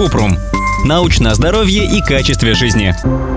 Купрум. Научное здоровье и качестве жизни.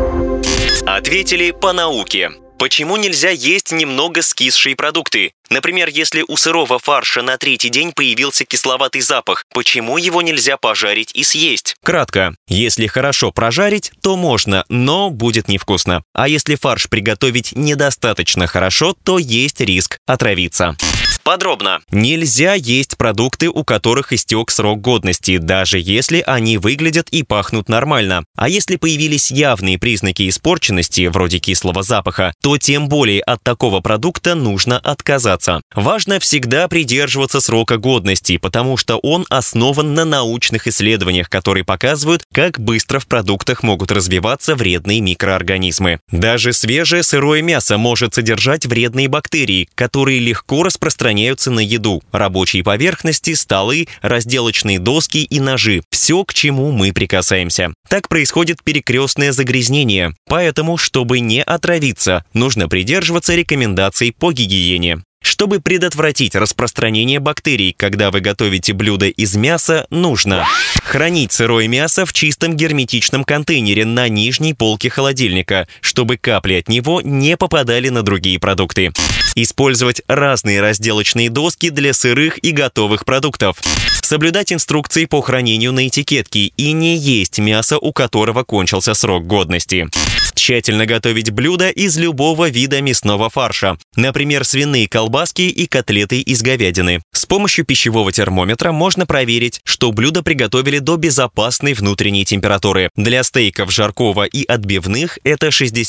Ответили по науке. Почему нельзя есть немного скисшие продукты? Например, если у сырого фарша на третий день появился кисловатый запах, почему его нельзя пожарить и съесть? Кратко. Если хорошо прожарить, то можно, но будет невкусно. А если фарш приготовить недостаточно хорошо, то есть риск отравиться. Подробно. Нельзя есть продукты, у которых истек срок годности, даже если они выглядят и пахнут нормально. А если появились явные признаки испорченности, вроде кислого запаха, то тем более от такого продукта нужно отказаться. Важно всегда придерживаться срока годности, потому что он основан на научных исследованиях, которые показывают, как быстро в продуктах могут развиваться вредные микроорганизмы. Даже свежее сырое мясо может содержать вредные бактерии, которые легко распространяются на еду. Рабочие поверхности, столы, разделочные доски и ножи – все, к чему мы прикасаемся. Так происходит перекрестное загрязнение. Поэтому, чтобы не отравиться, нужно придерживаться рекомендаций по гигиене. Чтобы предотвратить распространение бактерий, когда вы готовите блюдо из мяса, нужно хранить сырое мясо в чистом герметичном контейнере на нижней полке холодильника, чтобы капли от него не попадали на другие продукты. Использовать разные разделочные доски для сырых и готовых продуктов. Соблюдать инструкции по хранению на этикетке и не есть мясо, у которого кончился срок годности. Тщательно готовить блюда из любого вида мясного фарша, например, свиные колбаски и котлеты из говядины. С помощью пищевого термометра можно проверить, что блюдо приготовили до безопасной внутренней температуры. Для стейков жаркого и отбивных это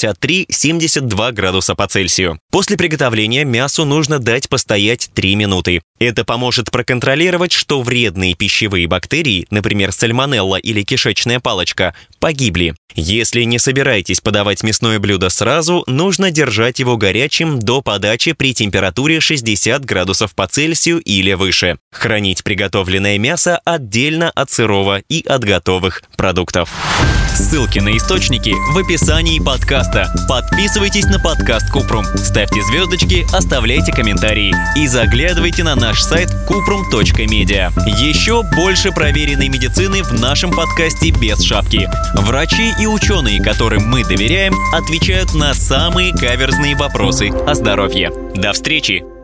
63-72 градуса по Цельсию. После приготовления мясу нужно дать постоять 3 минуты. Это поможет проконтролировать, что вредные пищевые бактерии, например, сальмонелла или кишечная палочка, погибли. Если не собираетесь подавать мясное блюдо сразу, нужно держать его горячим до подачи при температуре 60 градусов по Цельсию или выше. Хранить приготовленное мясо отдельно от сырого и от готовых продуктов. Ссылки на источники в описании подкаста. Подписывайтесь на подкаст Купрум, ставьте звездочки, оставляйте комментарии и заглядывайте на наш сайт kuprum.media. Еще больше проверенной медицины в нашем подкасте без шапки. Врачи и ученые, которым мы доверяем, отвечают на самые каверзные вопросы о здоровье. До встречи!